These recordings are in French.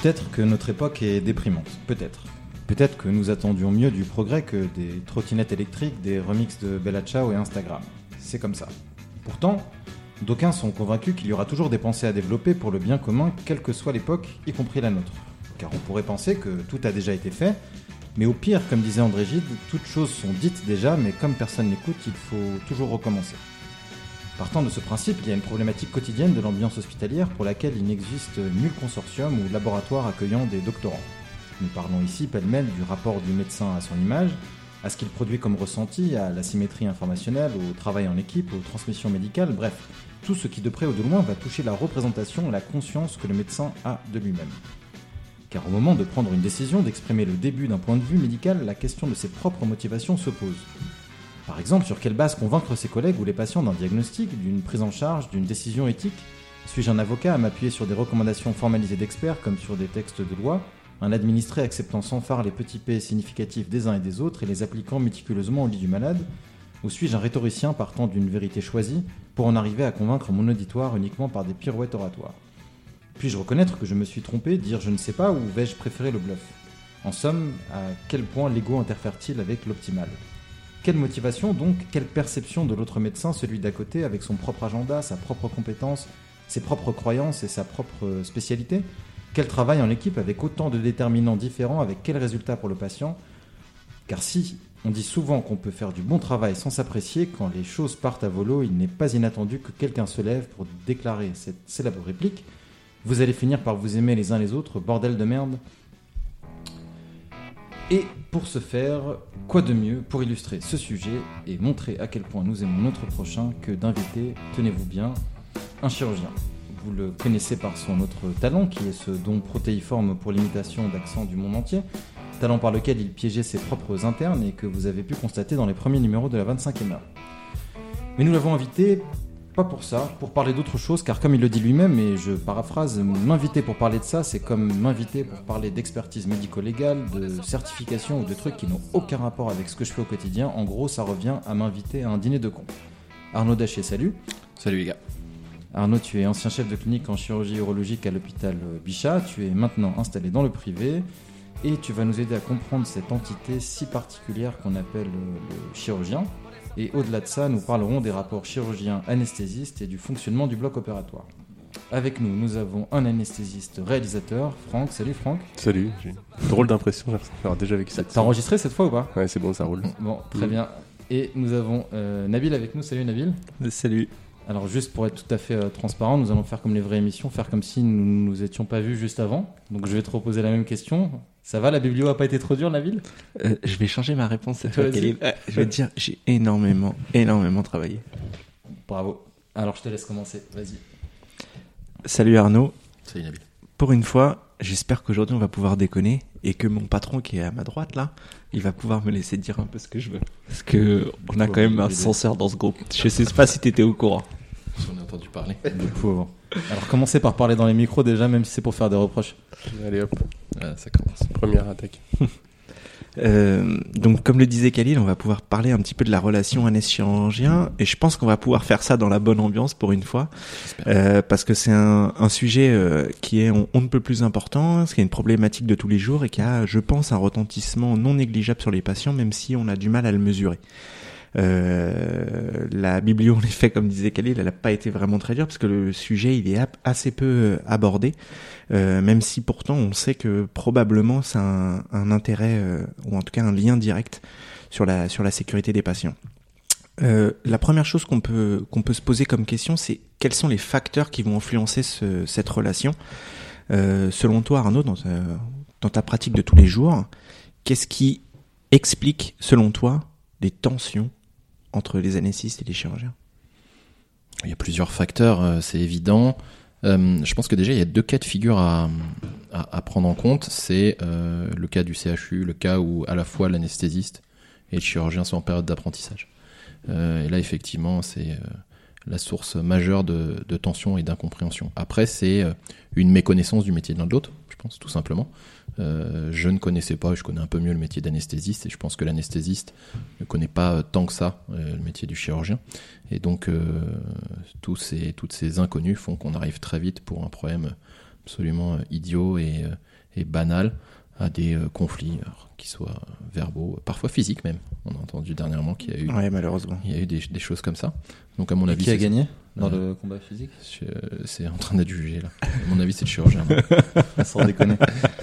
Peut-être que notre époque est déprimante, peut-être. Peut-être que nous attendions mieux du progrès que des trottinettes électriques, des remixes de Bella Ciao et Instagram. C'est comme ça. Pourtant, d'aucuns sont convaincus qu'il y aura toujours des pensées à développer pour le bien commun, quelle que soit l'époque, y compris la nôtre. Car on pourrait penser que tout a déjà été fait, mais au pire, comme disait André Gide, toutes choses sont dites déjà, mais comme personne n'écoute, il faut toujours recommencer. Partant de ce principe, il y a une problématique quotidienne de l'ambiance hospitalière pour laquelle il n'existe nul consortium ou laboratoire accueillant des doctorants. Nous parlons ici pêle-mêle du rapport du médecin à son image, à ce qu'il produit comme ressenti, à la symétrie informationnelle, au travail en équipe, aux transmissions médicales, bref, tout ce qui de près ou de loin va toucher la représentation et la conscience que le médecin a de lui-même. Car au moment de prendre une décision, d'exprimer le début d'un point de vue médical, la question de ses propres motivations se pose. Par exemple, sur quelle base convaincre ses collègues ou les patients d'un diagnostic, d'une prise en charge, d'une décision éthique ? Suis-je un avocat à m'appuyer sur des recommandations formalisées d'experts comme sur des textes de loi, un administré acceptant sans phare les petits P significatifs des uns et des autres et les appliquant méticuleusement au lit du malade ? Ou suis-je un rhétoricien partant d'une vérité choisie pour en arriver à convaincre mon auditoire uniquement par des pirouettes oratoires ? Puis-je reconnaître que je me suis trompé, dire je ne sais pas, ou vais-je préférer le bluff ? En somme, à quel point l'ego interfère-t-il avec l'optimal ? Quelle motivation donc, quelle perception de l'autre médecin, celui d'à côté, avec son propre agenda, sa propre compétence, ses propres croyances et sa propre spécialité ? Quel travail en équipe avec autant de déterminants différents, avec quel résultat pour le patient ? Car si on dit souvent qu'on peut faire du bon travail sans s'apprécier, quand les choses partent à volo, il n'est pas inattendu que quelqu'un se lève pour déclarer cette célèbre réplique : « Vous allez finir par vous aimer les uns les autres, bordel de merde !» Et pour ce faire, quoi de mieux pour illustrer ce sujet et montrer à quel point nous aimons notre prochain que d'inviter, tenez-vous bien, un chirurgien. Vous le connaissez par son autre talent, qui est ce don protéiforme pour l'imitation d'accents du monde entier, talent par lequel il piégeait ses propres internes et que vous avez pu constater dans les premiers numéros de la 25e heure. Mais nous l'avons invité, pas pour ça, pour parler d'autre chose, car comme il le dit lui-même, et je paraphrase, m'inviter pour parler de ça, c'est comme m'inviter pour parler d'expertise médico-légale, de certification ou de trucs qui n'ont aucun rapport avec ce que je fais au quotidien. En gros, ça revient à m'inviter à un dîner de cons. Arnaud Daché, salut. Salut les gars. Arnaud, tu es ancien chef de clinique en chirurgie urologique à l'hôpital Bichat, tu es maintenant installé dans le privé, et tu vas nous aider à comprendre cette entité si particulière qu'on appelle le chirurgien. Et au-delà de ça, nous parlerons des rapports chirurgien-anesthésiste et du fonctionnement du bloc opératoire. Avec nous avons un anesthésiste réalisateur, Franck. Salut Franck. Salut, j'ai une drôle d'impression, j'ai l'impression d'avoir déjà vécu ça. T'as enregistré cette fois ou pas ? Ouais, c'est bon, ça roule. Bon, très bien. Et nous avons Nabil avec nous. Salut Nabil. Salut. Alors juste pour être tout à fait transparent, nous allons faire comme les vraies émissions, faire comme si nous ne nous étions pas vus juste avant. Donc je vais te reposer la même question. Ça va, la biblio a pas été trop dure, Nabil ? Je vais changer ma réponse cette fois, Khalil. Je vais te dire, j'ai énormément travaillé. Bravo. Alors je te laisse commencer, vas-y. Salut Arnaud. Salut Nabil. Pour une fois, j'espère qu'aujourd'hui on va pouvoir déconner et que mon patron qui est à ma droite là, il va pouvoir me laisser dire un peu ce que je veux. Parce que on a quand même un censeur dans ce groupe. Je sais pas si t'étais au courant. J'en ai entendu parler. Le pauvre. Alors commencez par parler dans les micros déjà, même si c'est pour faire des reproches. Allez hop, ça commence. Première attaque. Donc comme le disait Khalil, on va pouvoir parler un petit peu de la relation anesthésie-chirurgien et je pense qu'on va pouvoir faire ça dans la bonne ambiance pour une fois, parce que c'est un sujet qui est on ne peut plus important, ce qui est une problématique de tous les jours et qui a, je pense, un retentissement non négligeable sur les patients, même si on a du mal à le mesurer. La biblio, en effet, comme disait Khalil, elle n'a pas été vraiment très dure parce que le sujet il est assez peu abordé, même si pourtant on sait que probablement ça a un intérêt ou en tout cas un lien direct sur la sécurité des patients. La première chose qu'on peut se poser comme question, c'est quels sont les facteurs qui vont influencer cette relation. Selon toi, Arnaud, dans ta pratique de tous les jours, qu'est-ce qui explique, selon toi, des tensions entre les anesthésistes et les chirurgiens ? Il y a plusieurs facteurs, c'est évident. Je pense que déjà, il y a deux cas de figure à prendre en compte. C'est le cas du CHU, le cas où à la fois l'anesthésiste et le chirurgien sont en période d'apprentissage. Et là, effectivement, c'est la source majeure de tension et d'incompréhension. Après, c'est une méconnaissance du métier de l'un de l'autre, je pense, tout simplement. Je ne connaissais pas, je connais un peu mieux le métier d'anesthésiste et je pense que l'anesthésiste ne connaît pas tant que ça le métier du chirurgien. Et donc, toutes ces inconnues font qu'on arrive très vite pour un problème absolument idiot et et banal à des conflits qui soient verbaux, parfois physiques même. On a entendu dernièrement qu'il y a eu, Ouais, malheureusement. il y a eu des choses comme ça. Donc à mon avis, Qui a c'est- gagné dans le combat physique? c'est en train d'être jugé là. À mon avis, c'est le chirurgien. Sans déconner.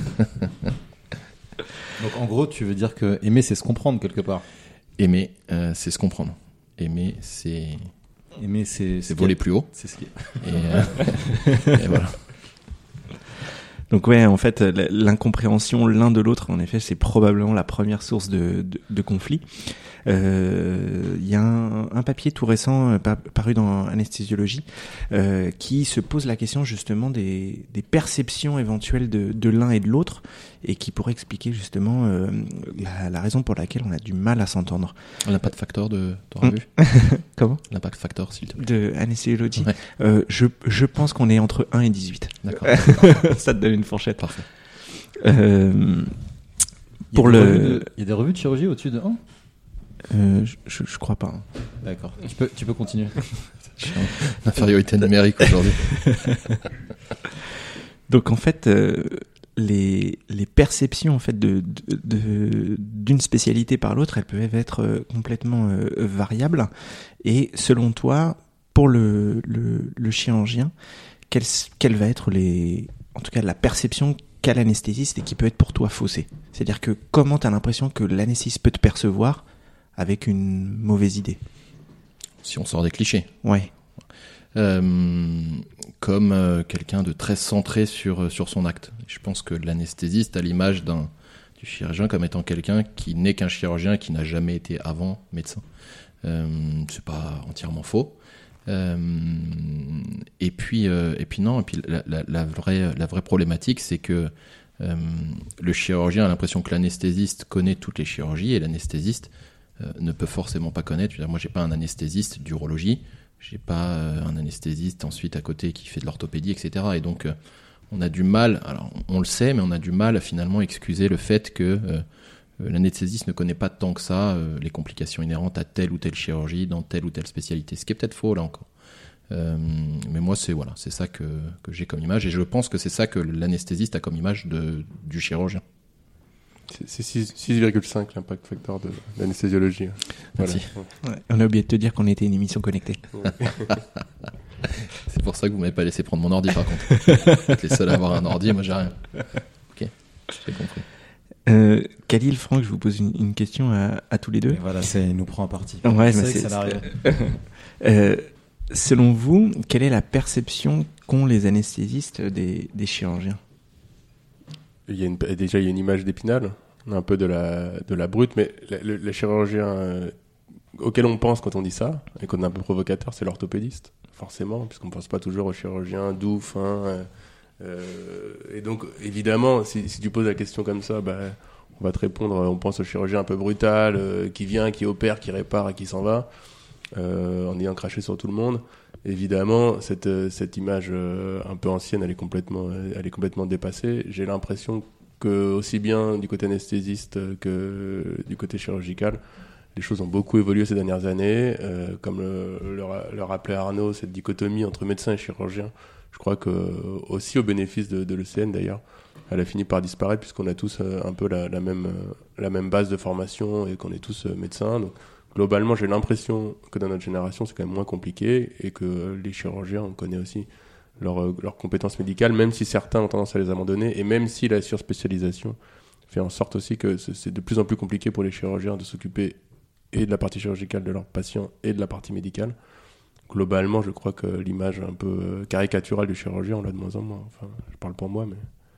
Donc en gros, tu veux dire que aimer, c'est se comprendre quelque part. Aimer, c'est se comprendre. Aimer, c'est Aimer, c'est voler plus haut. C'est ce qui. Et voilà. Donc ouais, en fait, l'incompréhension l'un de l'autre, en effet, c'est probablement la première source de conflit. Il y a un papier tout récent paru dans Anesthésiologie qui se pose la question justement des perceptions éventuelles de l'un et de l'autre et qui pourrait expliquer justement la raison pour laquelle on a du mal à s'entendre. L'impact factor t'auras vu Comment? L'impact factor, s'il te plaît. De Anesthésiologie. Ouais. Je pense qu'on est entre 1 et 18. D'accord. Ça te donne une fourchette. Parfait. Pour Il y a des revues de chirurgie au-dessus de 1? Je crois pas. Hein. D'accord. Tu peux continuer. Infériorité numérique aujourd'hui. Donc en fait, les perceptions en fait d'une spécialité par l'autre, elles peuvent être complètement variables. Et selon toi, pour le chirurgien, quelle va être en tout cas la perception qu'a l'anesthésiste et qui peut être pour toi faussée? C'est-à-dire que comment tu as l'impression que l'anesthésiste peut te percevoir avec une mauvaise idée? Si on sort des clichés. Ouais. Comme quelqu'un de très centré sur son acte. Je pense que l'anesthésiste a l'image du chirurgien comme étant quelqu'un qui n'est qu'un chirurgien qui n'a jamais été avant médecin. C'est pas entièrement faux. Et puis non. Et puis la vraie problématique, c'est que le chirurgien a l'impression que l'anesthésiste connaît toutes les chirurgies et l'anesthésiste ne peut forcément pas connaître. Je veux dire, moi, j'ai pas un anesthésiste d'urologie. J'ai pas un anesthésiste ensuite à côté qui fait de l'orthopédie, etc. Et donc, on a du mal, alors on le sait, mais on a du mal à finalement excuser le fait que l'anesthésiste ne connaît pas tant que ça les complications inhérentes à telle ou telle chirurgie dans telle ou telle spécialité. Ce qui est peut-être faux là encore. Mais moi, c'est ça que j'ai comme image. Et je pense que c'est ça que l'anesthésiste a comme image du chirurgien. C'est 6,5 l'impact factor de l'anesthésiologie. Voilà. Merci. Ouais. On a oublié de te dire qu'on était une émission connectée. C'est pour ça que vous m'avez pas laissé prendre mon ordi par contre. Vous êtes les seuls à avoir un ordi, moi j'ai rien. Ok, j'ai compris. Khalil, Franck, je vous pose une question à tous les deux. Et voilà, il nous prend en partie. Ouais, c'est mais vrai que c'est- ça l'arrive. Selon vous, quelle est la perception qu'ont les anesthésistes des chirurgiens? Il y a une image d'Épinal, on a un peu de la brute, mais le chirurgien auquel on pense quand on dit ça, et qu'on est un peu provocateur, c'est l'orthopédiste, forcément, puisqu'on ne pense pas toujours au chirurgien doux, fin. Et donc, évidemment, si tu poses la question comme ça, on va te répondre, on pense au chirurgien un peu brutal, qui vient, qui opère, qui répare et qui s'en va, en ayant craché sur tout le monde. Évidemment, cette image un peu ancienne, elle est complètement dépassée. J'ai l'impression que, aussi bien du côté anesthésiste que du côté chirurgical, les choses ont beaucoup évolué ces dernières années. Comme le rappelait Arnaud, cette dichotomie entre médecin et chirurgien, je crois que, aussi au bénéfice de l'ECN d'ailleurs, elle a fini par disparaître puisqu'on a tous un peu la même base de formation et qu'on est tous médecins. Donc, globalement, j'ai l'impression que dans notre génération, c'est quand même moins compliqué et que les chirurgiens, on connaît aussi leurs compétences médicales, même si certains ont tendance à les abandonner et même si la surspécialisation fait en sorte aussi que c'est de plus en plus compliqué pour les chirurgiens de s'occuper et de la partie chirurgicale de leurs patients et de la partie médicale. Globalement, je crois que l'image un peu caricaturale du chirurgien, on l'a de moins en moins. Enfin, je parle pour moi, mais...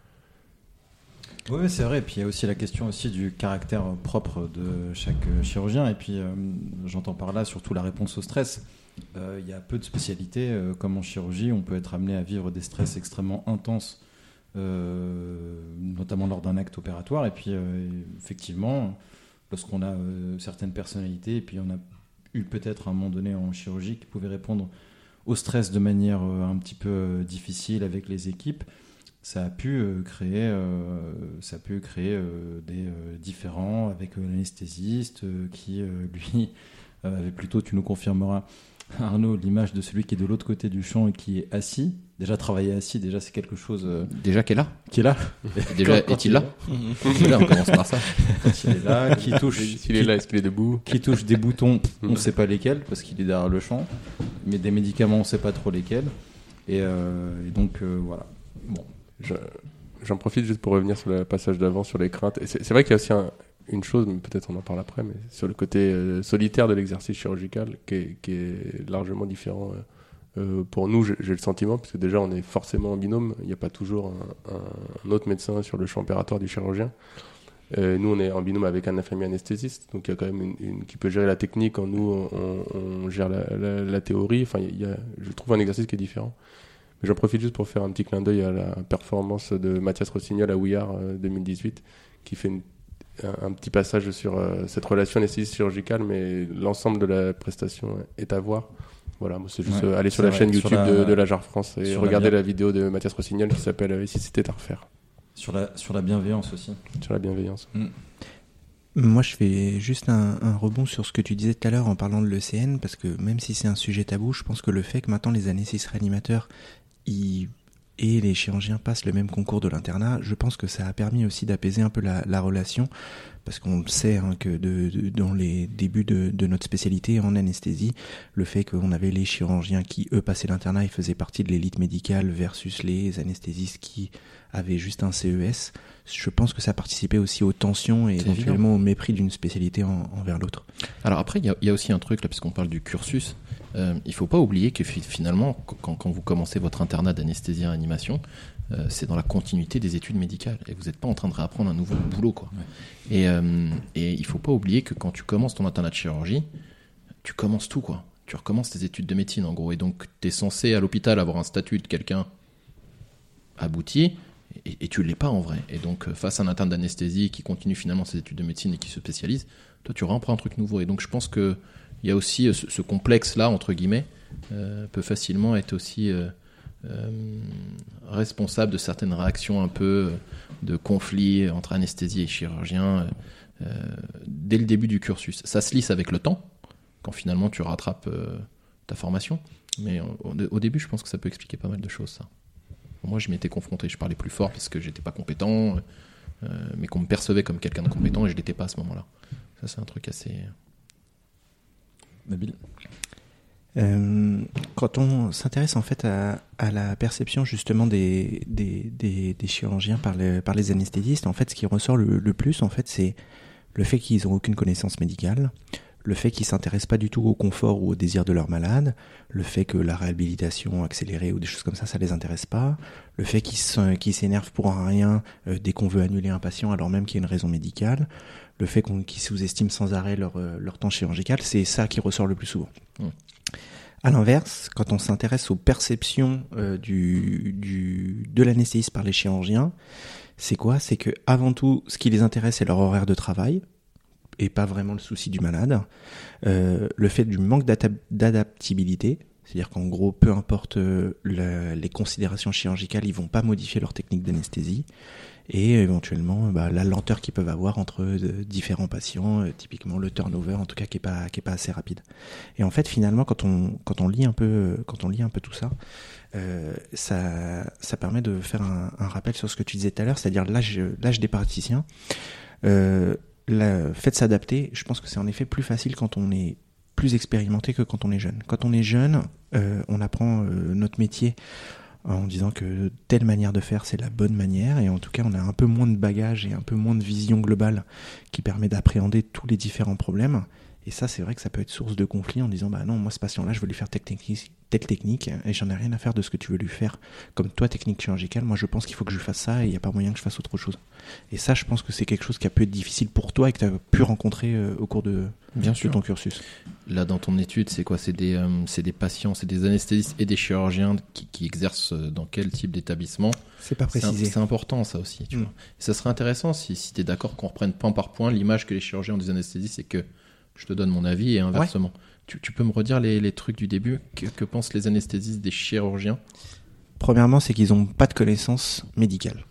Oui, c'est vrai. Et puis il y a aussi la question aussi du caractère propre de chaque chirurgien. Et puis j'entends par là surtout la réponse au stress. Il y a peu de spécialités comme en chirurgie. On peut être amené à vivre des stress extrêmement intenses, notamment lors d'un acte opératoire. Et puis effectivement, lorsqu'on a certaines personnalités, et puis on a eu peut-être à un moment donné en chirurgie qui pouvait répondre au stress de manière un petit peu difficile avec les équipes, ça a pu créer des différends avec l'anesthésiste qui, lui, avait plutôt, tu nous confirmeras, Arnaud, l'image de celui qui est de l'autre côté du champ et qui est assis. Déjà, travailler assis, déjà, c'est quelque chose Déjà qu'elle est là. qui est là. Déjà, Quand est-il là Déjà, on commence par ça. Quand il est là, qui touche, S'il est là, est-ce qu'il est debout? qui touche des boutons, on ne sait pas lesquels, parce qu'il est derrière le champ. Mais des médicaments, on ne sait pas trop lesquels. Et donc, voilà. Bon. J'en profite juste pour revenir sur le passage d'avant, sur les craintes. Et c'est vrai qu'il y a aussi une chose, mais peut-être on en parle après, mais sur le côté solitaire de l'exercice chirurgical, qui est largement différent. Pour nous, j'ai le sentiment, parce que déjà on est forcément en binôme, il n'y a pas toujours un autre médecin sur le champ opératoire du chirurgien. Nous, on est en binôme avec un infirmier anesthésiste, donc il y a quand même une qui peut gérer la technique, quand nous on gère la théorie. Enfin, je trouve un exercice qui est différent. Mais j'en profite juste pour faire un petit clin d'œil à la performance de Mathias Rossignol à Ouillard 2018, qui fait un petit passage sur cette relation anesthésie chirurgicale, mais l'ensemble de la prestation est à voir. Voilà, moi c'est juste aller sur la chaîne YouTube de la JAR France et regarder la vidéo de Mathias Rossignol qui s'appelle « Et si c'était à refaire ». Sur la bienveillance aussi. Sur la bienveillance. Moi, je fais juste un rebond sur ce que tu disais tout à l'heure en parlant de l'ECN, parce que même si c'est un sujet tabou, je pense que le fait que maintenant les anesthésistes réanimateurs et les chirurgiens passent le même concours de l'internat, je pense que ça a permis aussi d'apaiser un peu la relation, parce qu'on le sait que dans les débuts de notre spécialité en anesthésie, le fait qu'on avait les chirurgiens qui, eux, passaient l'internat et faisaient partie de l'élite médicale versus les anesthésistes qui avaient juste un CES, je pense que ça participait aussi aux tensions et éventuellement au mépris d'une spécialité envers l'autre. Alors après, il y a aussi un truc, là, puisqu'on parle du cursus, il faut pas oublier que finalement, quand vous commencez votre internat d'anesthésie et réanimation, c'est dans la continuité des études médicales et vous n'êtes pas en train de réapprendre un nouveau boulot, quoi. Ouais. Et il faut pas oublier que quand tu commences ton internat de chirurgie, tu commences tout, quoi. Tu recommences tes études de médecine, en gros, et donc tu es censé à l'hôpital avoir un statut de quelqu'un abouti. Et tu ne l'es pas en vrai. Et donc, face à un interne d'anesthésie qui continue finalement ses études de médecine et qui se spécialise, toi, tu reprends un truc nouveau. Et donc, je pense qu'il y a aussi ce complexe-là, entre guillemets, peut facilement être aussi responsable de certaines réactions un peu de conflits entre anesthésie et chirurgien dès le début du cursus. Ça se lisse avec le temps, quand finalement tu rattrapes ta formation. Mais au début, je pense que ça peut expliquer pas mal de choses, ça. Moi, je m'y étais confronté, je parlais plus fort parce que j'étais pas compétent, mais qu'on me percevait comme quelqu'un de compétent et je l'étais pas à ce moment-là. Ça, c'est un truc assez... Nabil. Quand on s'intéresse en fait à la perception justement des chirurgiens par les anesthésistes, en fait, ce qui ressort le plus, en fait, c'est le fait qu'ils n'ont aucune connaissance médicale, le fait qu'ils s'intéressent pas du tout au confort ou au désir de leur malade, le fait que la réhabilitation accélérée ou des choses comme ça les intéresse pas, le fait qu'ils s'énervent pour rien dès qu'on veut annuler un patient alors même qu'il y a une raison médicale, le fait qu'ils sous-estiment sans arrêt leur temps chirurgical, c'est ça qui ressort le plus souvent. À l'inverse, quand on s'intéresse aux perceptions de l'anesthésiste par les chirurgiens, c'est quoi ? C'est que avant tout, ce qui les intéresse, c'est leur horaire de travail, et pas vraiment le souci du malade. Le fait du manque d'adaptabilité, c'est-à-dire qu'en gros, peu importe les considérations chirurgicales, ils vont pas modifier leur technique d'anesthésie, et éventuellement la lenteur qu'ils peuvent avoir entre différents patients, typiquement le turnover en tout cas qui est pas assez rapide. Et en fait finalement quand on lit un peu tout ça, ça permet de faire un rappel sur ce que tu disais tout à l'heure, c'est-à-dire l'âge des praticiens. Le fait de s'adapter, je pense que c'est en effet plus facile quand on est plus expérimenté que quand on est jeune. Quand on est jeune, on apprend notre métier en disant que telle manière de faire c'est la bonne manière, et en tout cas on a un peu moins de bagages et un peu moins de vision globale qui permet d'appréhender tous les différents problèmes. Et ça, c'est vrai que ça peut être source de conflit en disant non, moi ce patient-là, je veux lui faire telle technique et j'en ai rien à faire de ce que tu veux lui faire. Comme toi, technique chirurgicale, moi je pense qu'il faut que je fasse ça et il n'y a pas moyen que je fasse autre chose. Et ça, je pense que c'est quelque chose qui a pu être difficile pour toi et que tu as pu rencontrer au cours de ton cursus. Là, dans ton étude, c'est quoi ? C'est des patients, c'est des anesthésistes et des chirurgiens qui exercent dans quel type d'établissement ? C'est pas précisé. C'est important, ça aussi. Tu vois. Et ça serait intéressant si tu es d'accord qu'on reprenne point par point l'image que les chirurgiens ont des anesthésistes et que je te donne mon avis et inversement. Ouais. Tu peux me redire les trucs du début ? Que pensent les anesthésistes des chirurgiens ? Premièrement, c'est qu'ils n'ont pas de connaissances médicales.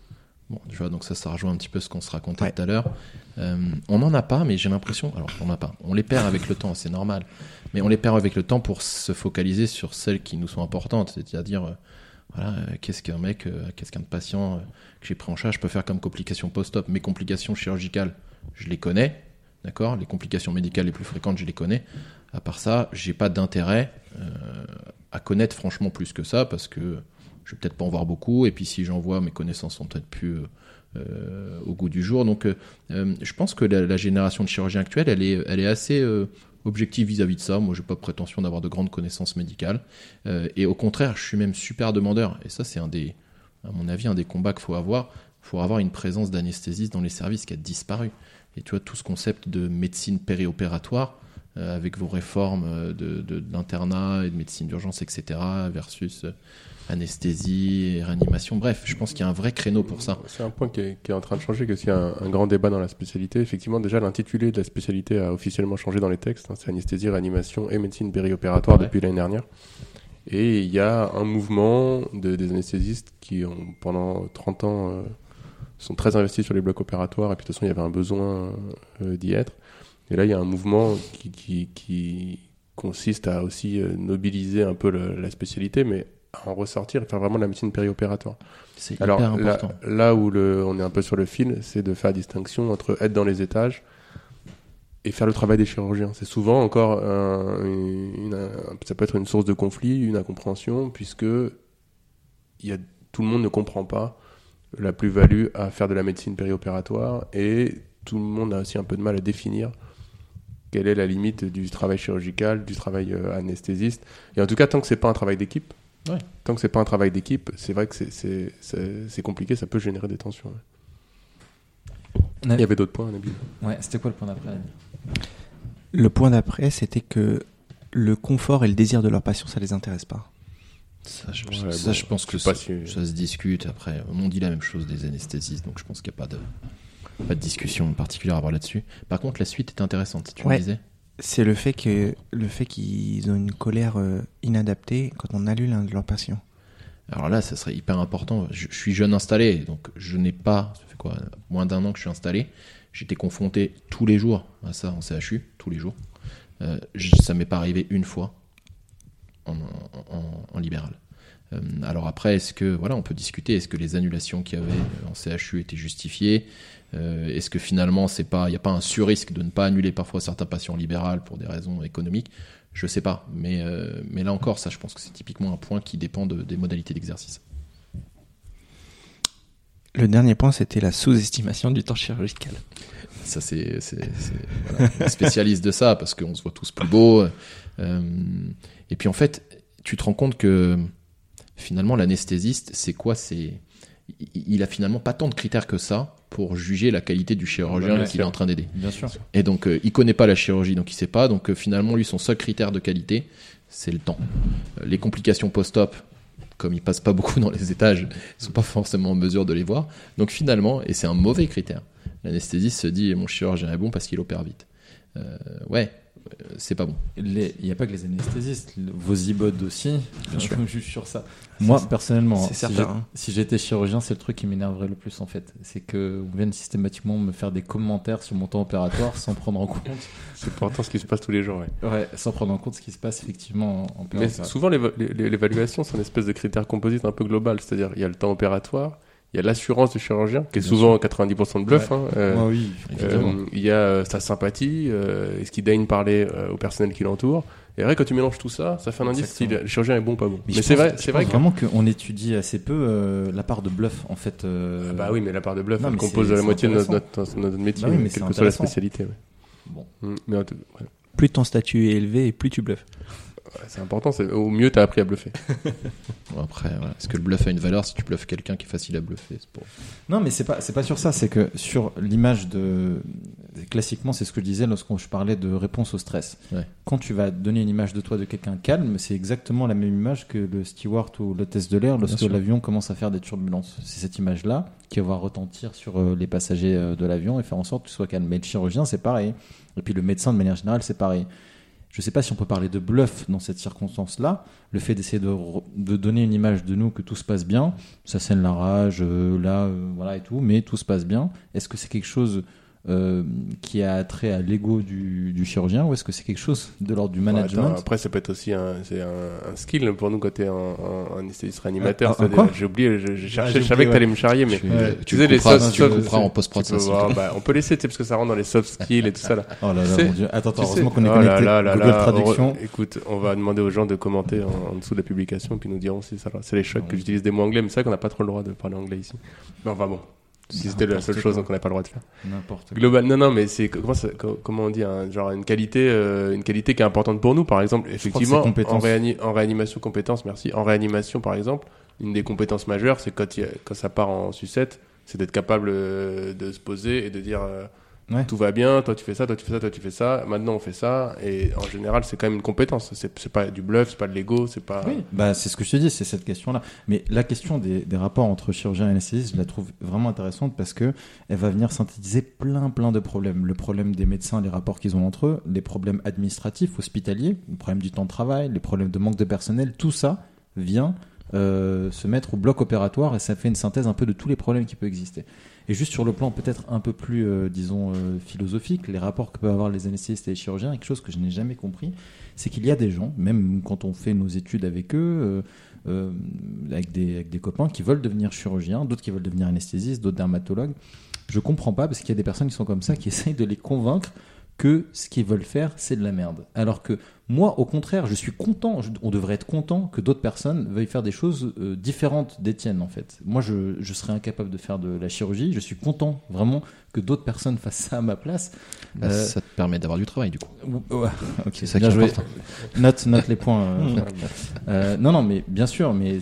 Bon, tu vois, donc ça rejoint un petit peu ce qu'on se racontait tout à l'heure. On n'en a pas, mais j'ai l'impression... Alors, on n'en a pas. On les perd avec le temps, c'est normal. Mais on les perd avec le temps pour se focaliser sur celles qui nous sont importantes. C'est-à-dire, qu'est-ce qu'un patient que j'ai pris en charge peut faire comme complications post-op. Mes complications chirurgicales, je les connais. D'accord ? Les complications médicales les plus fréquentes, je les connais. À part ça, j'ai pas d'intérêt à connaître franchement plus que ça, parce que je vais peut-être pas en voir beaucoup, et puis si j'en vois, mes connaissances sont peut-être plus au goût du jour. Donc je pense que la génération de chirurgiens actuels, elle est assez objective vis-à-vis de ça. Moi, j'ai pas prétention d'avoir de grandes connaissances médicales, et au contraire, je suis même super demandeur, et ça c'est à mon avis, un des combats qu'il faut avoir. Il faut avoir une présence d'anesthésiste dans les services qui a disparu. Et tu vois, tout ce concept de médecine périopératoire, avec vos réformes de l'internat et de médecine d'urgence, etc., versus anesthésie et réanimation. Bref, je pense qu'il y a un vrai créneau pour ça. C'est un point qui est en train de changer, qu'il y a un grand débat dans la spécialité. Effectivement, déjà, l'intitulé de la spécialité a officiellement changé dans les textes. C'est anesthésie, réanimation et médecine périopératoire depuis l'année dernière. Et il y a un mouvement des anesthésistes qui, pendant 30 ans, sont très investis sur les blocs opératoires. Et puis, de toute façon, il y avait un besoin d'y être. Et là, il y a un mouvement qui consiste à aussi nobiliser un peu la spécialité, mais à en ressortir et faire vraiment de la médecine périopératoire. C'est hyper important. Là où on est un peu sur le fil, c'est de faire la distinction entre être dans les étages et faire le travail des chirurgiens. C'est souvent encore ça peut être une source de conflit, une incompréhension, puisque tout le monde ne comprend pas la plus-value à faire de la médecine périopératoire, et tout le monde a aussi un peu de mal à définir quelle est la limite du travail chirurgical, du travail anesthésiste. Et en tout cas, tant que c'est pas un travail d'équipe, tant que c'est pas un travail d'équipe, c'est vrai que c'est compliqué, ça peut générer des tensions. Il y avait d'autres points, Nabil. Ouais, c'était quoi le point d'après, Nabil ? Le point d'après, c'était que le confort et le désir de leur patient, ça les intéresse pas. Je pense que ça se discute. Après, on dit la même chose des anesthésistes, donc je pense qu'il n'y a pas de discussion particulière à avoir là-dessus. Par contre, la suite est intéressante, tu me disais. C'est le fait qu'ils ont une colère inadaptée quand on annule un de leurs patients. Alors là, ça serait hyper important. Je suis jeune installé, donc je n'ai pas... Ça fait quoi, moins d'1 an que je suis installé. J'étais confronté tous les jours à ça en CHU, tous les jours. Ça m'est pas arrivé une fois en libéral. Alors après, est-ce que on peut discuter, est-ce que les annulations qu'il y avait en CHU étaient justifiées, est-ce que finalement il n'y a pas un surrisque de ne pas annuler parfois certains patients en libéral pour des raisons économiques, je sais pas, mais là encore, ça je pense que c'est typiquement un point qui dépend des modalités d'exercice. Le dernier point, c'était la sous-estimation du temps chirurgical. Ça c'est spécialiste de ça, parce qu'on se voit tous plus beaux, et puis en fait tu te rends compte que finalement, l'anesthésiste, c'est quoi ? Il a finalement pas tant de critères que ça pour juger la qualité du chirurgien qu'il est en train d'aider. Bien sûr. Et donc, il connaît pas la chirurgie, donc il sait pas. Donc, finalement, lui, son seul critère de qualité, c'est le temps. Les complications post-op, comme il passe pas beaucoup dans les étages, ils sont pas forcément en mesure de les voir. Donc, finalement, et c'est un mauvais critère, l'anesthésiste se dit, mon chirurgien est bon parce qu'il opère vite. C'est pas bon. Il n'y a pas que les anesthésistes, vos ibodes aussi. Bien sûr. Je juge sur ça. Moi, personnellement, c'est certain, si j'étais chirurgien, c'est le truc qui m'énerverait le plus en fait. C'est qu'on vienne systématiquement me faire des commentaires sur mon temps opératoire sans prendre en compte. C'est pourtant ce qui se passe tous les jours. Sans prendre en compte ce qui se passe effectivement en Mais souvent, l'évaluation, c'est une espèce de critère composite un peu global. C'est-à-dire, il y a le temps opératoire, il y a l'assurance du chirurgien, qui est souvent 90% de bluff. Oui, évidemment. Il y a sa sympathie, est-ce qu'il daigne parler au personnel qui l'entoure. Et après, quand tu mélanges tout ça, ça fait un indice si le chirurgien est bon ou pas bon. Mais c'est vrai vraiment qu'on étudie assez peu la part de bluff en fait. Bah oui, mais la part de bluff, elle mais compose la moitié de notre métier, quelle que soit la spécialité. Bon. Mais plus ton statut est élevé et plus tu bluffes. C'est important, au mieux t'as appris à bluffer. Bon, après, est-ce que le bluff a une valeur si tu bluffes quelqu'un qui est facile à bluffer ? Non, mais c'est pas sur ça. C'est que sur l'image classiquement, c'est ce que je disais lorsque je parlais de réponse au stress. Ouais. Quand tu vas donner une image de toi de quelqu'un calme, c'est exactement la même image que le steward ou l'hôtesse de l'air lorsque l'avion commence à faire des turbulences. C'est cette image-là qui va retentir sur les passagers de l'avion et faire en sorte que tu sois calme. Mais le chirurgien, c'est pareil. Et puis le médecin, de manière générale, c'est pareil. je sais pas si on peut parler de bluff dans cette circonstance-là. Le fait d'essayer de donner une image de nous que tout se passe bien, ça saigne la rage, voilà et tout, mais tout se passe bien. Est-ce que c'est quelque chose qui a trait à l'ego du chirurgien ou est-ce que c'est quelque chose de l'ordre du management? Attends, après, ça peut être aussi un skill pour nous côté un anesthésiste réanimateur. Quoi j'ai oublié, je savais oublié, que t'allais me charrier, mais Tu sais, les couperas en post-prod ça. on peut laisser, parce que ça rentre dans les soft skills et tout ça là. Oh là là, C'est- mon Dieu. Attends, Tu sais- heureusement qu'on est Oh connecté. là là Google là, Traduction. Écoute, on va demander aux gens de commenter en dessous de la publication, puis nous diront si ça. C'est les chocs que j'utilise des mots anglais, mais c'est vrai qu'on n'a pas trop le droit de parler anglais ici. Mais enfin bon, si c'était la seule chose qu'on n'a pas le droit de faire. N'importe quoi. Global, non, mais c'est comment on dit, genre une qualité qui est importante pour nous, par exemple. Effectivement, c'est compétence. en réanimation compétence, merci. En réanimation, par exemple, une des compétences majeures, c'est quand ça part en sucette, c'est d'être capable de se poser et de dire Ouais. tout va bien, toi tu fais ça, toi tu fais ça, toi tu fais ça, maintenant on fait ça. Et en général, c'est quand même une compétence. C'est pas du bluff, c'est pas de l'ego, c'est pas. Oui, bah, c'est ce que je te dis, c'est cette question-là. Mais la question des rapports entre chirurgien et anesthésiste, je la trouve vraiment intéressante parce que elle va venir synthétiser plein de problèmes. Le problème des médecins, les rapports qu'ils ont entre eux, les problèmes administratifs, hospitaliers, le problème du temps de travail, les problèmes de manque de personnel, tout ça vient se mettre au bloc opératoire et ça fait une synthèse un peu de tous les problèmes qui peuvent exister. Et juste sur le plan peut-être un peu plus, philosophique, les rapports que peuvent avoir les anesthésistes et les chirurgiens, quelque chose que je n'ai jamais compris, c'est qu'il y a des gens, même quand on fait nos études avec eux, avec des copains qui veulent devenir chirurgiens, d'autres qui veulent devenir anesthésistes, d'autres dermatologues. Je comprends pas parce qu'il y a des personnes qui sont comme ça, qui essayent de les convaincre que ce qu'ils veulent faire, c'est de la merde. Alors que moi, au contraire, je suis content, on devrait être content que d'autres personnes veuillent faire des choses différentes des tiennes, en fait. Moi, je serais incapable de faire de la chirurgie, je suis content, vraiment, que d'autres personnes fassent ça à ma place. Ça te permet d'avoir du travail du coup. Ouais, ok, C'est ça qui bien est joué. important. Note les points. Non, mais bien sûr, mais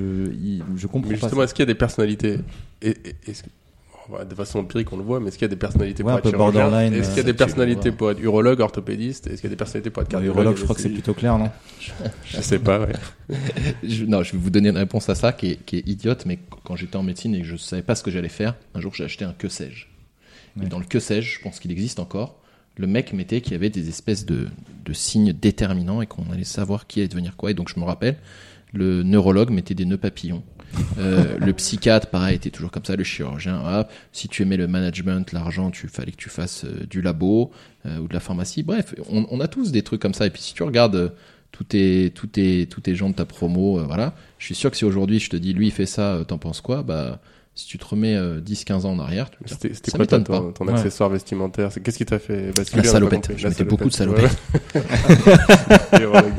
je comprends Mais pas justement, ça. est-ce qu'il y a des personnalités est-ce que- de façon empirique, on le voit, mais est-ce qu'il y a des personnalités Ouais, pour un être peu chirurgien? borderline, Est-ce qu'il y a des tu personnalités vois. pour être urologue, orthopédiste? Est-ce qu'il y a des personnalités pour être cardiologue? Urologue, je crois que c'est plutôt clair, non? Je sais pas, ouais. Je vais vous donner une réponse à ça qui est idiote, mais quand j'étais en médecine et que je savais pas ce que j'allais faire, un jour j'ai acheté un que sais-je. Et Ouais. dans le que sais-je, je pense qu'il existe encore, le mec mettait qu'il y avait des espèces de signes déterminants et qu'on allait savoir qui allait devenir quoi. Et donc je me rappelle, le neurologue mettait des nœuds papillons. Le psychiatre, pareil, était toujours comme ça. Le chirurgien, si tu aimais le management, l'argent, fallait que tu fasses du labo ou de la pharmacie. Bref, on a tous des trucs comme ça. Et puis si tu regardes tous tes gens de ta promo, voilà, je suis sûr que si aujourd'hui je te dis, lui il fait ça, t'en penses quoi? Bah, si tu te remets 10-15 ans en arrière, tu vas dire, C'était ça quoi m'étonne ton Ouais. accessoire vestimentaire? Qu'est-ce qui t'a fait basculer? La on a pas salopette. compris. Je La mettais beaucoup de salopette. salopettes. Ouais. Urologue.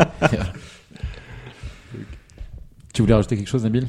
Tu voulais rajouter quelque chose, Nabil?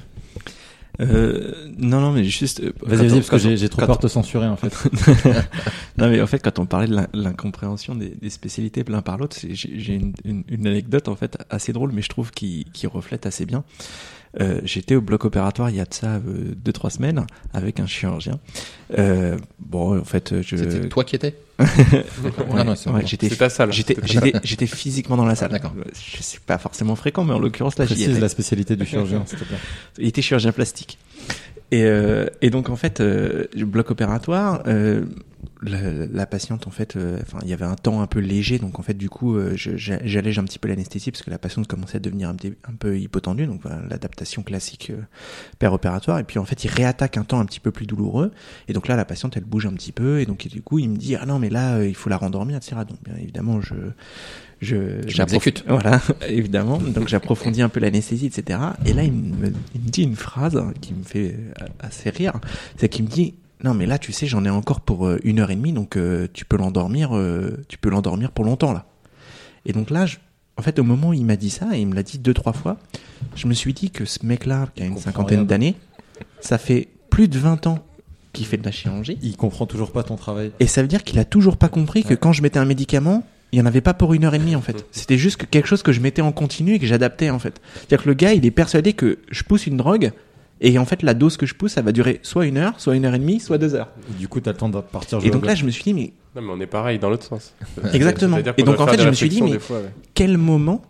Non, mais juste. Vas-y, parce que j'ai trop peur de te censurer, en fait. Non, mais en fait, quand on parlait de l'incompréhension des spécialités l'un par l'autre, j'ai une anecdote en fait assez drôle, mais je trouve qui reflète assez bien. J'étais au bloc opératoire il y a de ça 2-3 semaines avec un chirurgien. Bon, en fait, C'était toi qui étais? Ouais, non, c'est ouais, bon. j'étais C'est ta salle. j'étais physiquement dans la salle. D'accord. Je sais pas forcément fréquent, mais en l'occurrence là, j'y Précise étais. la spécialité du chirurgien, s'il te plaît. Il était chirurgien plastique. Et donc en fait, bloc opératoire, la patiente en fait, il y avait un temps un peu léger, donc en fait du coup, j'allège un petit peu l'anesthésie parce que la patiente commençait à devenir un peu hypotendue, donc voilà, l'adaptation classique péropératoire. Et puis en fait, il réattaque un temps un petit peu plus douloureux. Et donc là, la patiente, elle bouge un petit peu, et donc du coup, il me dit ah non mais là, il faut la rendormir, etc. Donc bien évidemment, m'exécute. Voilà, évidemment. Donc j'approfondis un peu l'anesthésie, etc. Et là, il me dit une phrase qui me fait assez rire. C'est qu'il me dit non, mais là, tu sais, j'en ai encore pour 1h30, donc tu peux l'endormir pour longtemps là. Et donc là, en fait, au moment où il m'a dit ça, et il me l'a dit 2-3 fois, je me suis dit que ce mec-là, qui a une cinquantaine d'années, ça fait plus de 20 ans qu'il fait de la chirurgie. Il comprend toujours pas ton travail. Et ça veut dire qu'il a toujours pas compris que quand je mettais un médicament, il y en avait pas pour 1h30 en fait. C'était juste quelque chose que je mettais en continu et que j'adaptais en fait. C'est-à-dire que le gars, il est persuadé que je pousse une drogue et en fait la dose que je pousse, ça va durer soit 1 heure, soit 1h30, soit 2 heures. Et du coup, t'as le temps de partir jouer Et au donc là, golf. je me suis dit, mais Non, mais on est pareil dans l'autre sens. Exactement. C'est-à-dire Et qu'on donc, doit en faire fait, des je me suis dit, réflexions mais des fois, ouais. quel moment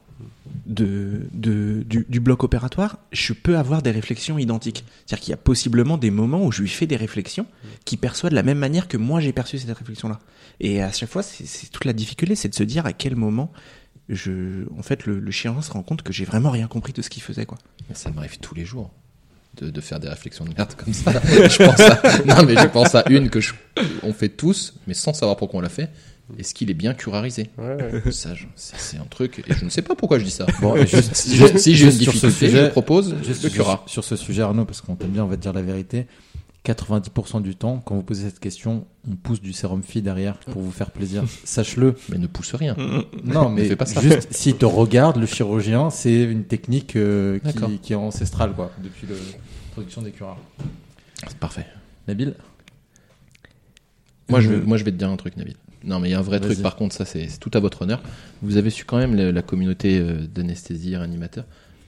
du bloc opératoire, je peux avoir des réflexions identiques. C'est-à-dire qu'il y a possiblement des moments où je lui fais des réflexions qui perçoit de la même manière que moi j'ai perçu cette réflexion-là. Et à chaque fois, c'est toute la difficulté, c'est de se dire à quel moment en fait, le chirurgien se rend compte que j'ai vraiment rien compris de ce qu'il faisait, quoi. Ça m'arrive tous les jours de faire des réflexions de merde comme ça. Je pense à une que on fait tous, mais sans savoir pourquoi on l'a fait. Est-ce qu'il est bien curarisé? Ça, c'est un truc, et je ne sais pas pourquoi je dis ça. Bon, si j'ai une difficulté, je propose le cura. Sur ce sujet, Arnaud, parce qu'on t'aime bien, on va te dire la vérité. 90% du temps, quand vous posez cette question, on pousse du sérum Phi derrière pour vous faire plaisir. Sache-le. Mais ne pousse rien. Non, mais fais pas ça. juste, s'il te regarde, le chirurgien, c'est une technique qui est ancestrale, quoi, depuis la production des curas. C'est parfait. Nabil? Moi, je vais te dire un truc, Nabil. Non, mais il y a un vrai truc, par contre, ça, c'est tout à votre honneur. Vous avez su quand même, la communauté d'anesthésie et réanimateurs,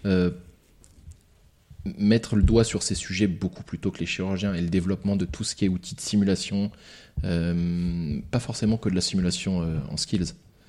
mettre le doigt sur ces sujets beaucoup plus tôt que les chirurgiens et le développement de tout ce qui est outils de simulation, pas forcément que de la simulation en skills.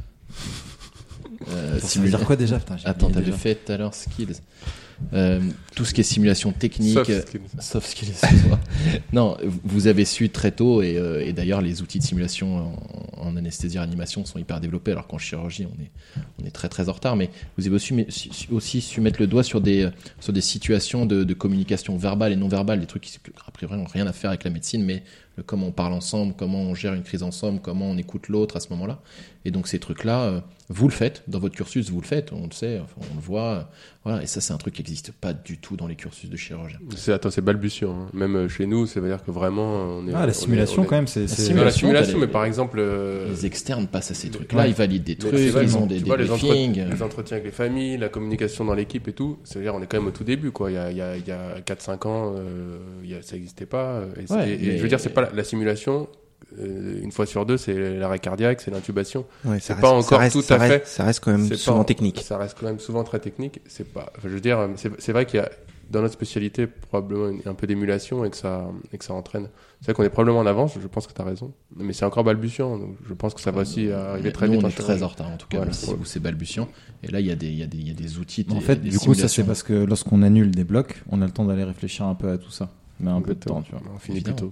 Ça veut dire quoi déjà? Putain, attends, t'avais fait tout à l'heure skills. Tout ce qui est simulation technique, soft skills, excuse-moi. Non, vous avez su très tôt, et d'ailleurs les outils de simulation en anesthésie réanimation sont hyper développés, alors qu'en chirurgie on est très très en retard. Mais vous avez aussi su mettre le doigt sur des situations de communication verbale et non verbale, des trucs qui a priori n'ont rien à faire avec la médecine, mais comment on parle ensemble, comment on gère une crise ensemble, comment on écoute l'autre à ce moment-là. Et donc ces trucs-là, vous le faites dans votre cursus, vous le faites, on le sait, on le voit, voilà. Et ça, c'est un truc qui n'existe pas du tout dans les cursus de chirurgien. C'est balbutiant, hein. Même chez nous, ça veut dire que vraiment on est. La simulation quand même, c'est. La simulation, mais par exemple, les externes passent à ces trucs-là, ils valident des trucs, ils ont des briefings. Les entretiens avec les familles, la communication dans l'équipe et tout. Ça veut dire on est quand même au tout début, quoi. Il y a 4-5 ans, ça n'existait pas. Et je veux dire, c'est pas la simulation. Une fois sur deux, c'est l'arrêt cardiaque, c'est l'intubation. Ouais, c'est pas encore tout à fait. Ça reste quand même souvent technique. Ça reste quand même souvent très technique. C'est pas. Enfin, je veux dire, c'est vrai qu'il y a dans notre spécialité probablement un peu d'émulation et que ça entraîne. C'est vrai qu'on est probablement en avance. Je pense que tu as raison, mais c'est encore balbutiant. Donc je pense que ça va aussi arriver très vite. On est très en retard en tout cas. Voilà, si vous c'est balbutiant. Et là, il y a des outils. En fait, du coup, ça c'est parce que lorsqu'on annule des blocs, on a le temps d'aller réfléchir un peu à tout ça. Mais un peu de temps, tu vois. On finit plus tôt.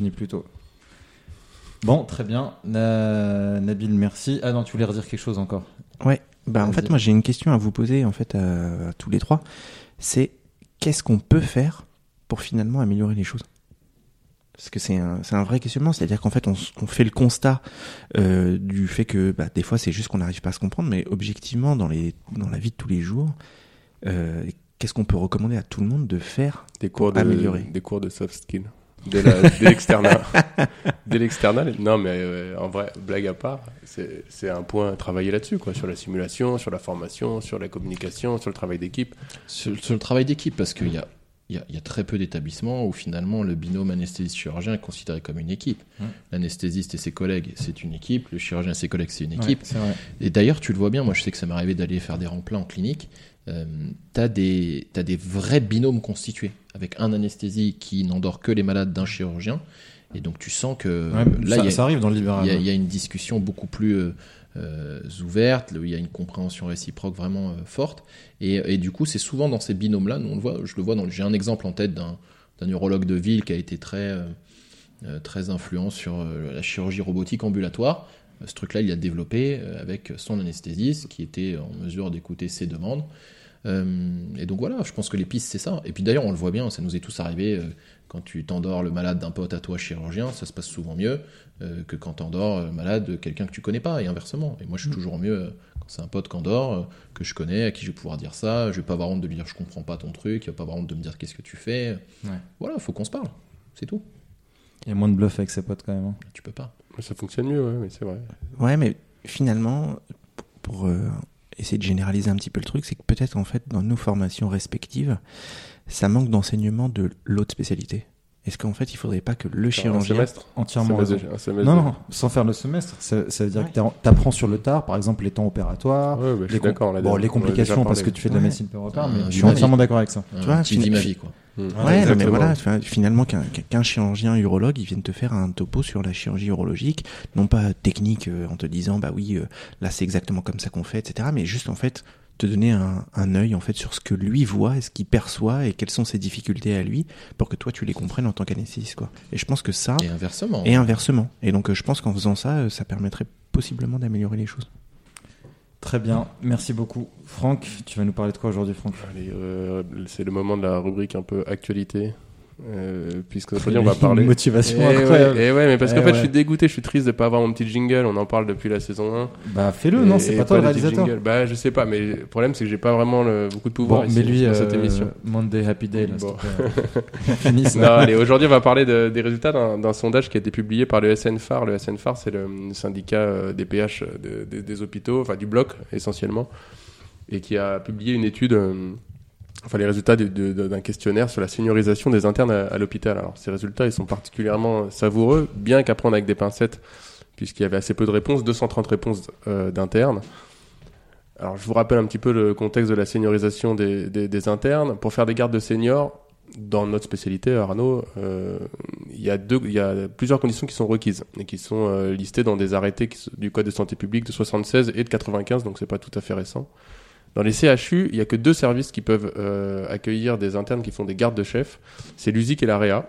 Bon, très bien. Nabil, merci. Ah non, tu voulais redire quelque chose encore? Ouais. En fait, moi, j'ai une question à vous poser, en fait, à tous les trois. C'est qu'est-ce qu'on peut faire pour finalement améliorer les choses? Parce que c'est un vrai questionnement. C'est-à-dire qu'en fait, on fait le constat du fait que des fois, c'est juste qu'on n'arrive pas à se comprendre, mais objectivement, dans la vie de tous les jours, qu'est-ce qu'on peut recommander à tout le monde de faire pour améliorer? Des cours de soft skills. Dès l'externat. Dès l'externat. Non, mais en vrai, blague à part, c'est un point à travailler là-dessus, quoi, sur la simulation, sur la formation, sur la communication, sur le travail d'équipe. Sur le travail d'équipe, parce qu'il y a très peu d'établissements où finalement le binôme anesthésiste-chirurgien est considéré comme une équipe. L'anesthésiste et ses collègues, c'est une équipe. Le chirurgien et ses collègues, c'est une équipe. Ouais, c'est vrai. Et d'ailleurs, tu le vois bien, moi je sais que ça m'est arrivé d'aller faire des remplats en clinique. T'as des vrais binômes constitués avec un anesthésie qui n'endort que les malades d'un chirurgien, et donc tu sens que là ça arrive dans le libéral. Il y a une discussion beaucoup plus ouverte, il y a une compréhension réciproque vraiment forte, et du coup c'est souvent dans ces binômes là, j'ai un exemple en tête d'un urologue de ville qui a été très influent sur la chirurgie robotique ambulatoire. Ce truc-là, il l'a développé avec son anesthésiste qui était en mesure d'écouter ses demandes. Et donc voilà, je pense que les pistes, c'est ça. Et puis d'ailleurs, on le voit bien, ça nous est tous arrivé. Quand tu t'endors le malade d'un pote à toi chirurgien, ça se passe souvent mieux que quand t'endors le malade de quelqu'un que tu connais pas, et inversement. Et moi, je suis toujours mieux quand c'est un pote qui endort, que je connais, à qui je vais pouvoir dire ça. Je vais pas avoir honte de lui dire je comprends pas ton truc, il va pas avoir honte de me dire qu'est-ce que tu fais. Voilà, faut qu'on se parle, c'est tout. Il y a moins de bluff avec ses potes quand même. Tu peux pas. Ça fonctionne mieux, mais c'est vrai. Ouais, mais finalement, pour essayer de généraliser un petit peu le truc, c'est que peut-être en fait dans nos formations respectives, ça manque d'enseignement de l'autre spécialité. Est-ce qu'en fait il faudrait pas que le chirurgien entièrement non, sans faire le semestre, ça veut dire que t'apprends sur le tard, par exemple les temps opératoires, les complications parce que tu fais de la médecine péropératoire, mais je suis entièrement d'accord avec ça. Tu vois, tu vis ma vie quoi. Ouais, mais voilà, finalement qu'un chirurgien urologue, il vienne te faire un topo sur la chirurgie urologique, non pas technique en te disant là c'est exactement comme ça qu'on fait, etc. Mais juste en fait te donner un œil en fait sur ce que lui voit et ce qu'il perçoit et quelles sont ses difficultés à lui pour que toi tu les comprennes en tant qu'anesthésiste quoi. Et je pense que ça et inversement. Et donc je pense qu'en faisant ça, ça permettrait possiblement d'améliorer les choses. Très bien, merci beaucoup. Franck, tu vas nous parler de quoi aujourd'hui, Franck? Allez, c'est le moment de la rubrique un peu actualité. Puisque aujourd'hui on va parler une motivation incroyable. Ouais, mais parce qu'en fait ouais. je suis dégoûté, je suis triste de pas avoir mon petit jingle. On en parle depuis la saison 1. Bah fais-le, non, c'est pas toi le réalisateur. Bah je sais pas, mais le problème c'est que j'ai pas vraiment beaucoup de pouvoir ici mais lui, dans cette émission. Monday Happy Day, là, Bon. Finisse, Non, allez, aujourd'hui on va parler des résultats d'un sondage qui a été publié par le SNFAR. Le SNFAR, c'est le syndicat des PH des hôpitaux, enfin du bloc essentiellement, et qui a publié une étude. Les résultats d'un questionnaire sur la seniorisation des internes à l'hôpital. Alors, ces résultats, ils sont particulièrement savoureux, bien qu'à prendre avec des pincettes, puisqu'il y avait assez peu de réponses, 230 réponses d'internes. Alors, je vous rappelle un petit peu le contexte de la seniorisation des internes. Pour faire des gardes de seniors, dans notre spécialité, Arnaud, il y a plusieurs conditions qui sont requises et qui sont listées dans des arrêtés du Code de santé publique de 76 et de 95, donc c'est pas tout à fait récent. Dans les CHU, il n'y a que 2 services qui peuvent accueillir des internes qui font des gardes de chef. C'est l'USIC et la réa.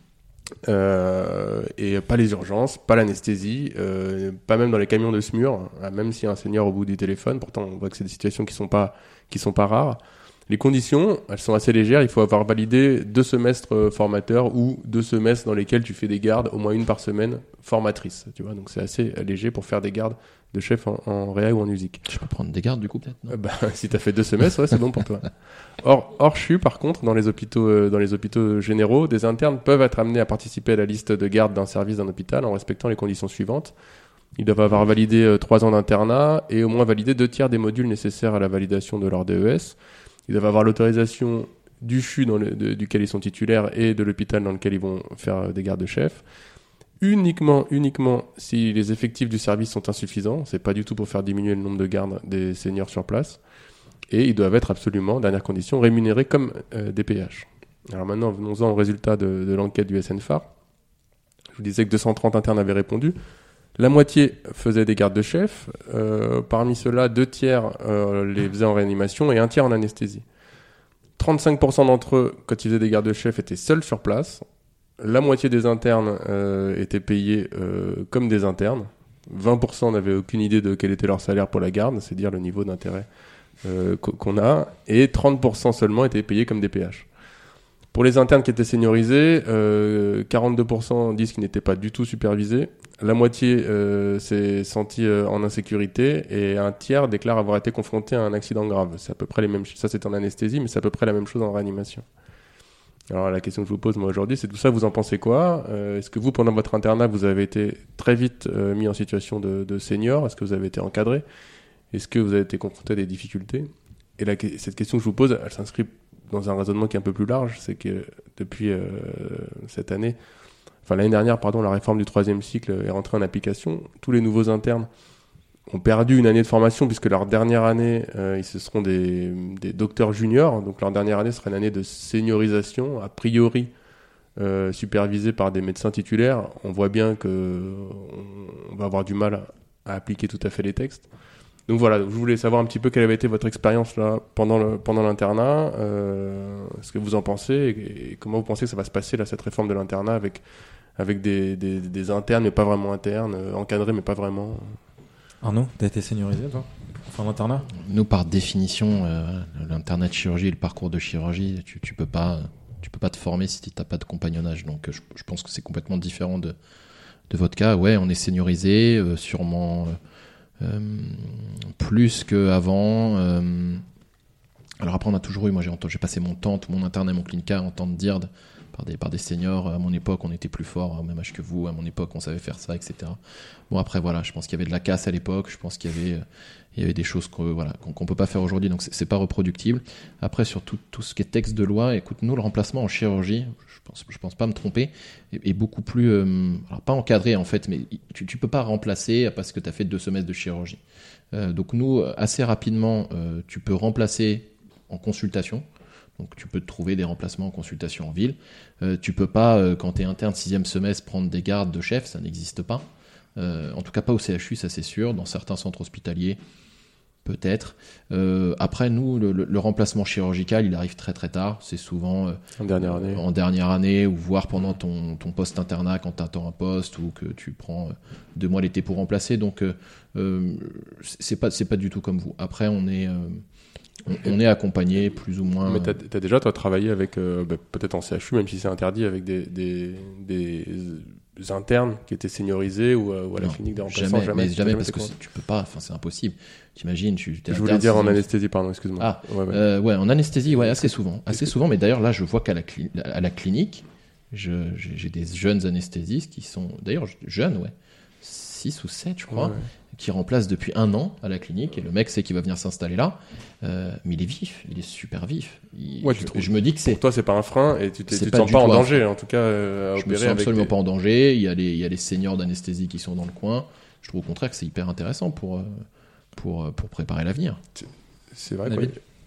Et pas les urgences, pas l'anesthésie, pas même dans les camions de SMUR, même s'il y a un senior au bout du téléphone. Pourtant, on voit que c'est des situations qui sont pas rares. Les conditions, elles sont assez légères. Il faut avoir validé 2 semestres formateurs ou 2 semestres dans lesquels tu fais des gardes, au moins une par semaine, formatrice. Tu vois, donc c'est assez léger pour faire des gardes de chef en réa ou en USIC. Je peux prendre des gardes du coup peut-être, non? Si t'as fait 2 semestres, ouais, c'est bon pour toi. Hors CHU, par contre, dans les hôpitaux généraux, des internes peuvent être amenés à participer à la liste de garde d'un service d'un hôpital en respectant les conditions suivantes. Ils doivent avoir validé 3 ans d'internat et au moins validé 2/3 des modules nécessaires à la validation de leur DES. Ils doivent avoir l'autorisation du CHU duquel ils sont titulaires et de l'hôpital dans lequel ils vont faire des gardes de chef. Uniquement si les effectifs du service sont insuffisants. C'est pas du tout pour faire diminuer le nombre de gardes des seniors sur place. Et ils doivent être absolument, dernière condition, rémunérés comme des PH. Alors maintenant, venons-en au résultat de l'enquête du SNFAR. Je vous disais que 230 internes avaient répondu. La moitié faisait des gardes de chef. Parmi ceux-là, 2/3 les faisaient en réanimation et 1/3 en anesthésie. 35% d'entre eux, quand ils faisaient des gardes de chef, étaient seuls sur place. La moitié des internes étaient payés comme des internes. 20% n'avaient aucune idée de quel était leur salaire pour la garde, c'est dire le niveau d'intérêt qu'on a. Et 30% seulement étaient payés comme des PH. Pour les internes qui étaient seniorisés, 42% disent qu'ils n'étaient pas du tout supervisés. La moitié s'est sentie en insécurité et 1/3 déclare avoir été confronté à un accident grave. C'est à peu près les mêmes. Ça, c'est en anesthésie, mais c'est à peu près la même chose en réanimation. Alors la question que je vous pose moi aujourd'hui, c'est tout ça, vous en pensez quoi? Est-ce que vous, pendant votre internat, vous avez été très vite mis en situation de senior? Est-ce que vous avez été encadré? Est-ce que vous avez été confronté à des difficultés? Et cette question que je vous pose, elle s'inscrit dans un raisonnement qui est un peu plus large. C'est que depuis l'année dernière, la réforme du 3e cycle est rentrée en application. Tous les nouveaux internes ont perdu une année de formation puisque leur dernière année, ils seront des docteurs juniors. Donc leur dernière année sera une année de seniorisation, a priori supervisée par des médecins titulaires. On voit bien qu'on va avoir du mal à appliquer tout à fait les textes. Donc voilà, je voulais savoir un petit peu quelle avait été votre expérience là pendant l'internat, ce que vous en pensez et comment vous pensez que ça va se passer là, cette réforme de l'internat avec des internes mais pas vraiment internes, encadrés mais pas vraiment. Arnaud, t'as été seniorisé toi en internat? Nous, par définition, l'internat de chirurgie et le parcours de chirurgie, tu peux pas te former si t'as pas de compagnonnage. Donc je pense que c'est complètement différent de votre cas. Ouais, on est seniorisé, sûrement plus qu'avant. Alors après, on a toujours eu, moi j'ai passé tout mon internat et mon clinical en temps de DIRD par des seniors. À mon époque, on était plus fort, au même âge que vous. À mon époque, on savait faire ça, etc. Bon, après, voilà, je pense qu'il y avait de la casse à l'époque. Je pense qu'il y avait des choses qu'on peut pas faire aujourd'hui, donc c'est pas reproductible. Après, sur tout ce qui est texte de loi, écoute, nous, le remplacement en chirurgie, je pense pas me tromper, est beaucoup plus, alors pas encadré en fait, mais tu peux pas remplacer parce que tu as fait 2 semestres de chirurgie. Donc nous, assez rapidement, tu peux remplacer en consultation. Donc tu peux te trouver des remplacements en consultation en ville. Tu peux pas, quand tu es interne 6e semestre, prendre des gardes de chef, ça n'existe pas. En tout cas pas au CHU, ça c'est sûr. Dans certains centres hospitaliers, peut-être. Après, nous, le remplacement chirurgical, il arrive très très tard. C'est souvent en dernière année, ou voire pendant ton post-internat quand tu attends un poste, ou que tu prends 2 mois l'été pour remplacer. Donc, c'est pas du tout comme vous. Après, on est accompagné plus ou moins. Mais t'as déjà, toi, travaillé avec, peut-être en CHU, même si c'est interdit, avec des internes qui étaient seniorisés ou à la clinique des remplaçants? Jamais parce que tu peux pas, c'est impossible. T'imagines, je voulais dire en anesthésie, pardon, excuse-moi. En anesthésie, assez souvent. Mais d'ailleurs, là, je vois qu'à la clinique, j'ai des jeunes anesthésistes qui sont, d'ailleurs, jeunes, 6 ou 7, je crois, qui remplacent depuis 1 an à la clinique, et le mec sait qu'il va venir s'installer là, mais il est vif, il est super vif. Je me dis que pour toi, c'est pas un frein, et tu te sens pas en danger, en tout cas, à je opérer. Me sens absolument pas en danger. Il y a les seniors d'anesthésie qui sont dans le coin. Je trouve au contraire que c'est hyper intéressant pour préparer l'avenir. C'est vrai,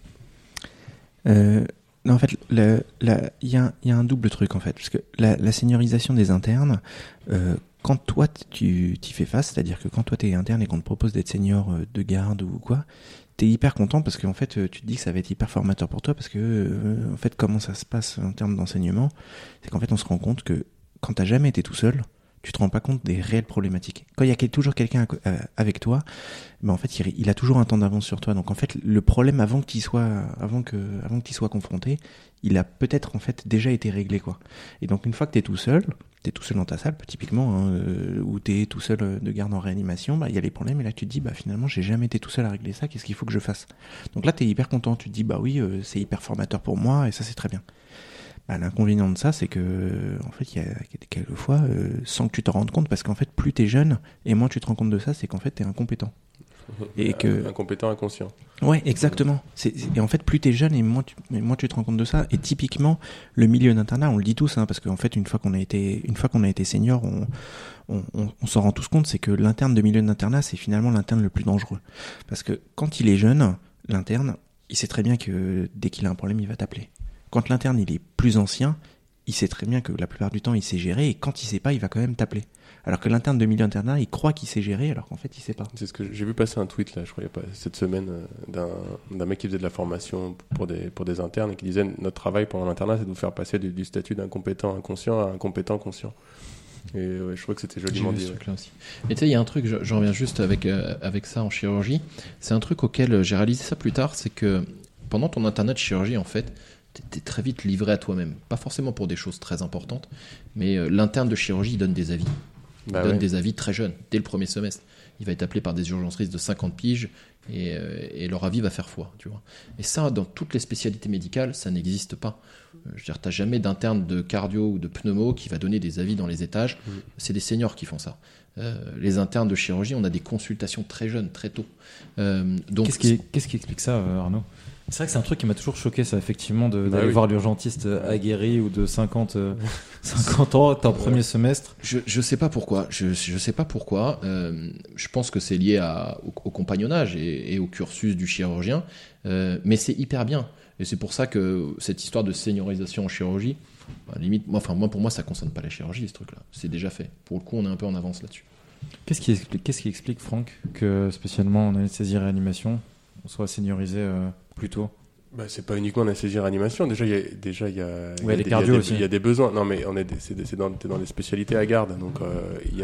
Non, en fait, il y a un double truc, en fait, parce que la seniorisation des internes, quand toi tu t'y fais face, c'est-à-dire que quand toi t'es interne et qu'on te propose d'être senior de garde ou quoi, t'es hyper content parce qu'en fait tu te dis que ça va être hyper formateur pour toi, parce que en fait, comment ça se passe en termes d'enseignement, c'est qu'en fait on se rend compte que quand t'as jamais été tout seul, tu te rends pas compte des réelles problématiques. Quand il y a toujours quelqu'un avec toi, en fait il a toujours un temps d'avance sur toi. Donc en fait le problème avant que tu sois confronté, il a peut-être en fait déjà été réglé, quoi. Et donc une fois que t'es tout seul dans ta salle, typiquement, ou t'es tout seul de garde en réanimation, il y a les problèmes, et là tu te dis finalement j'ai jamais été tout seul à régler ça, qu'est-ce qu'il faut que je fasse? Donc là t'es hyper content, tu te dis oui, c'est hyper formateur pour moi, et ça c'est très bien. L'inconvénient de ça, c'est que en fait, il y a quelquefois, sans que tu t'en rendes compte, parce qu'en fait, plus t'es jeune et moins tu te rends compte de ça, c'est qu'en fait, t'es incompétent. Et incompétent, inconscient. Ouais, exactement. Et en fait, plus t'es jeune et moins tu te rends compte de ça. Et typiquement, le milieu d'internat, on le dit tous, parce qu'en fait, une fois qu'on a été senior, on s'en rend tous compte, c'est que l'interne de milieu d'internat, c'est finalement l'interne le plus dangereux. Parce que quand il est jeune, l'interne, il sait très bien que dès qu'il a un problème, il va t'appeler. Quand l'interne il est plus ancien, il sait très bien que la plupart du temps il sait gérer, et quand il sait pas, il va quand même t'appeler. Alors que l'interne de milieu internat, il croit qu'il sait gérer, alors qu'en fait il sait pas. C'est ce que j'ai vu passer un tweet là, je crois pas cette semaine, d'un mec qui faisait de la formation pour des internes et qui disait notre travail pendant l'internat, c'est de vous faire passer du statut d'incompétent inconscient à incompétent conscient. Et je crois que c'était joliment dit. Aussi. Mais tu sais, il y a un truc, j'en reviens juste avec ça en chirurgie. C'est un truc auquel j'ai réalisé ça plus tard, c'est que pendant ton internat de chirurgie, en fait, t'es très vite livré à toi-même. Pas forcément pour des choses très importantes, mais l'interne de chirurgie, il donne des avis. Il donne des avis très jeunes, dès le premier semestre. Il va être appelé par des urgencistes de 50 piges et leur avis va faire foi, tu vois. Et ça, dans toutes les spécialités médicales, ça n'existe pas. Je veux dire, t'as jamais d'interne de cardio ou de pneumo qui va donner des avis dans les étages. C'est des seniors qui font ça. Les internes de chirurgie, on a des consultations très jeunes, très tôt. Donc, qu'est-ce qui explique ça, Arnaud? C'est vrai que c'est un truc qui m'a toujours choqué, ça, effectivement, d'aller voir l'urgentiste aguerri ou de 50 ans, t'es en premier semestre. Je sais pas pourquoi. Je sais pas pourquoi. Je pense que c'est lié au compagnonnage et au cursus du chirurgien. Mais c'est hyper bien. Et c'est pour ça que cette histoire de seniorisation en chirurgie, limite, pour moi, ça concerne pas la chirurgie, ce truc-là. C'est déjà fait. Pour le coup, on est un peu en avance là-dessus. Qu'est-ce qui explique, Franck, que spécialement en anesthésie et réanimation, on soit seniorisé plus tôt? C'est pas uniquement l'anesthésie et réanimation. Déjà, il y a les cardio aussi. Il y a des besoins. Non, mais t'es dans les spécialités à garde. Donc, il y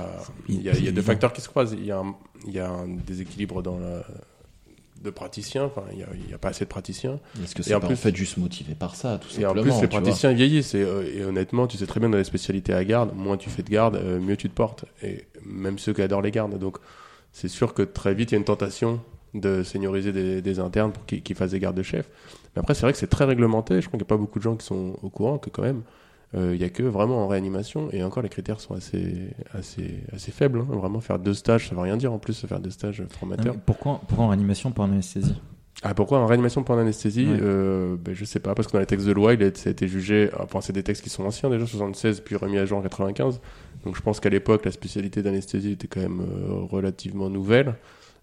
a deux facteurs qui se croisent. Il y a un déséquilibre de praticiens. Enfin, il y a pas assez de praticiens. Est-ce que c'est en fait juste motivé par ça, tout simplement? Et en plus, les praticiens vieillissent. Et honnêtement, tu sais très bien, dans les spécialités à garde, moins tu fais de garde, mieux tu te portes. Et même ceux qui adorent les gardes. Donc, c'est sûr que très vite, il y a une tentation de senioriser des internes pour qu'ils fassent des gardes de chef. Mais après, c'est vrai que c'est très réglementé. Je crois qu'il n'y a pas beaucoup de gens qui sont au courant que quand même, il n'y a que vraiment en réanimation. Et encore, les critères sont assez faibles. Vraiment, faire 2 stages, ça ne veut rien dire en plus, faire 2 stages formateurs. Pourquoi en réanimation, pas en anesthésie? Pourquoi en réanimation, pas en anesthésie? Je sais pas, parce que dans les textes de loi, ça a été jugé. Enfin, c'est des textes qui sont anciens déjà, 76, puis remis à jour en 95. Donc je pense qu'à l'époque, la spécialité d'anesthésie était quand même relativement nouvelle.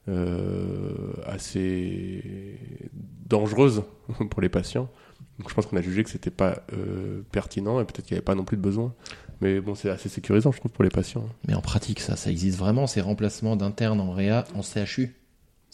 Assez dangereuse pour les patients. Donc je pense qu'on a jugé que c'était pas pertinent et peut-être qu'il n'y avait pas non plus de besoin. Mais bon, c'est assez sécurisant, je trouve, pour les patients. Mais en pratique, ça existe vraiment, ces remplacements d'internes en réa, en CHU?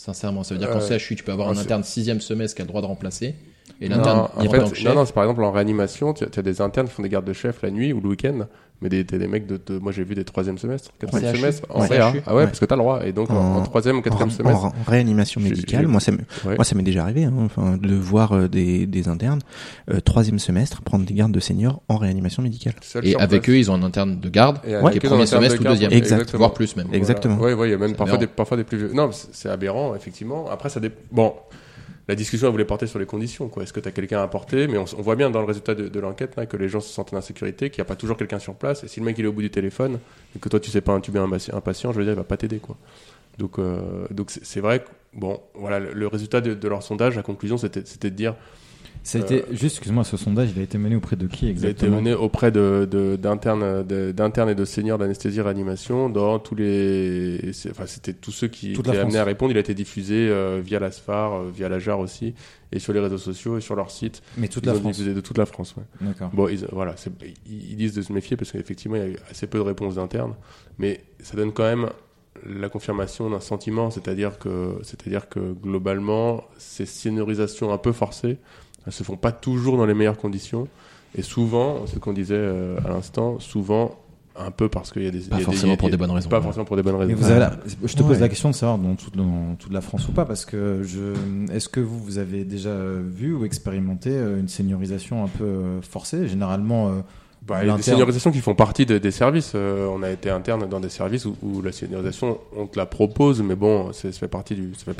Sincèrement, ça veut dire qu'en CHU, tu peux avoir un c'est- interne 6e semestre qui a le droit de remplacer. Et Non, l'interne, en il fait, est en tant que chef. non, c'est par exemple en réanimation, tu as des internes qui font des gardes de chef la nuit ou le week-end, mais t'as des mecs moi j'ai vu des 3e semestres, 4e CHU. semestres en Ouais. réa. CHU. Ah ouais, Ouais. parce que t'as le droit. Et donc en 3e ou 4e semestre. En réanimation J'ai- médicale, j'ai- moi ça Ouais. m'est déjà arrivé, hein, enfin, de voir des internes 3e semestre prendre des gardes de seniors en réanimation médicale. Seul Et sur avec place. eux, ils ont un interne de garde Et qui avec est eux, dans premier un terme semestre de ou garde. deuxième, Exactement. voire plus même. Exactement. Ouais, il y a même C'est parfois des plus vieux. Non, c'est aberrant, effectivement. Après, bon, la discussion, elle voulait porter sur les conditions, quoi. Est-ce que tu as quelqu'un à apporter? Mais on voit bien dans le résultat de l'enquête, là, que les gens se sentent en insécurité, qu'il n'y a pas toujours quelqu'un sur place. Et si le mec, il est au bout du téléphone, et que toi, tu sais pas intuber un patient, je veux dire, il va pas t'aider, quoi. Donc c'est vrai que, bon, voilà, le résultat de leur sondage, la conclusion, c'était de dire, Ça a été, juste, excuse-moi, ce sondage, il a été mené auprès de qui il a été exactement? mené auprès d'internes et de seniors d'anesthésie réanimation dans c'était tous ceux qui Toute la étaient amenés France. à répondre. Il a été diffusé via l'ASFAR, via la JAR aussi, et sur les réseaux sociaux et sur leur site. Mais toute Ils la ont France. diffusé de toute la France, ouais. D'accord. Bon, ils disent de se méfier parce qu'effectivement, il y a eu assez peu de réponses d'internes, mais ça donne quand même la confirmation d'un sentiment, c'est-à-dire que globalement, ces seniorisations un peu forcées, elles se font pas toujours dans les meilleures conditions, et souvent, ce qu'on disait à l'instant, souvent un peu parce qu'il y a des Pas forcément pour des bonnes raisons. pas forcément pour des bonnes raisons. Mais vous avez je te pose Ouais. la question de savoir dans toute la France ou pas, parce que est-ce que vous avez déjà vu ou expérimenté une seniorisation un peu forcée? Généralement, Il y a des l'interne- seniorisations qui font partie des services. On a été interne dans des services où la seniorisation, on te la propose, mais bon, ça fait partie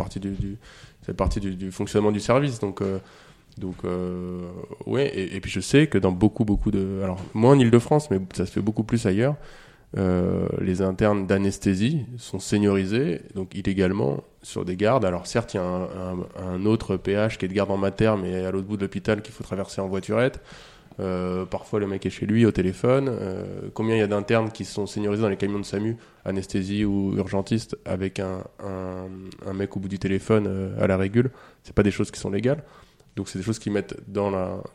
du fonctionnement du service. Donc, ouais. Et puis je sais que dans beaucoup de, alors moins en Île-de-France, mais ça se fait beaucoup plus ailleurs. Les internes d'anesthésie sont seniorisés, donc illégalement, sur des gardes. Alors certes, il y a un autre PH qui est de garde en mater, mais à l'autre bout de l'hôpital qu'il faut traverser en voiturette. Parfois le mec est chez lui au téléphone. Combien il y a d'internes qui sont seniorisés dans les camions de SAMU, anesthésie ou urgentiste, avec un mec au bout du téléphone à la régule. C'est pas des choses qui sont légales. Donc c'est des choses qui mettent dans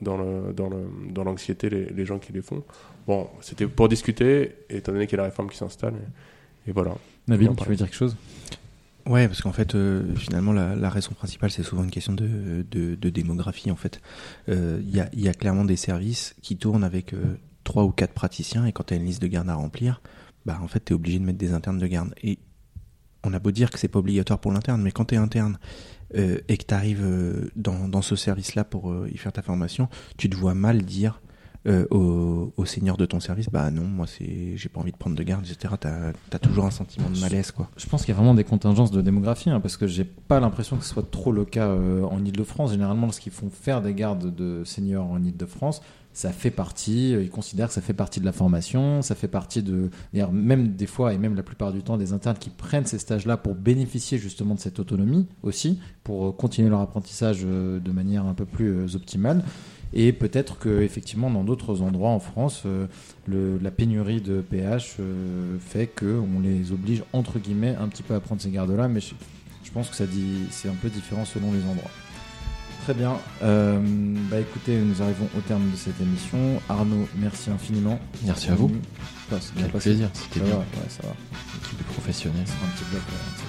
l'anxiété les gens qui les font. Bon, c'était pour discuter, étant donné qu'il y a la réforme qui s'installe. Et voilà. Nabil, on tu parle. veux dire quelque chose? Ouais, parce qu'en fait, finalement, la raison principale, c'est souvent une question de démographie. En fait, il y a clairement des services qui tournent avec 3 ou 4 praticiens, et quand tu as une liste de garde à remplir, bah en fait, tu es obligé de mettre des internes de garde. Et on a beau dire que c'est pas obligatoire pour l'interne, mais quand tu es interne et que tu arrives dans ce service-là pour y faire ta formation, tu te vois mal dire au senior de ton service, bah non, moi j'ai pas envie de prendre de garde, etc. T'as toujours un sentiment de malaise, quoi. Je pense qu'il y a vraiment des contingences de démographie, parce que j'ai pas l'impression que ce soit trop le cas en Ile-de-France. Généralement, lorsqu'ils font faire des gardes de seniors en Ile-de-France, ça fait partie, ils considèrent que ça fait partie de la formation, ça fait partie d'ailleurs, même des fois, et même la plupart du temps, des internes qui prennent ces stages-là pour bénéficier justement de cette autonomie aussi, pour continuer leur apprentissage de manière un peu plus optimale. Et peut-être que effectivement dans d'autres endroits en France, la pénurie de PH fait qu'on les oblige entre guillemets un petit peu à prendre ces gardes-là, mais je pense que c'est un peu différent selon les endroits. Très bien. Écoutez, nous arrivons au terme de cette émission. Arnaud, merci infiniment. Merci à vous. Bien Avec passé. plaisir. Ça C'était va, bien. ouais, ça va. Équipe professionnelle. C'est un petit bloc.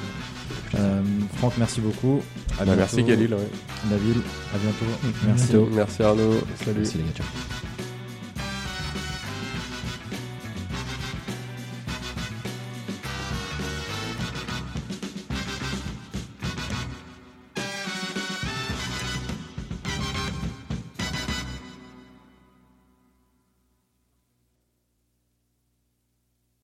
Franck, merci beaucoup. À bientôt. Merci Galil. Ouais. Nabil, à bientôt. À Merci. bientôt. Merci Arnaud. Salut. Merci les gars. Ciao.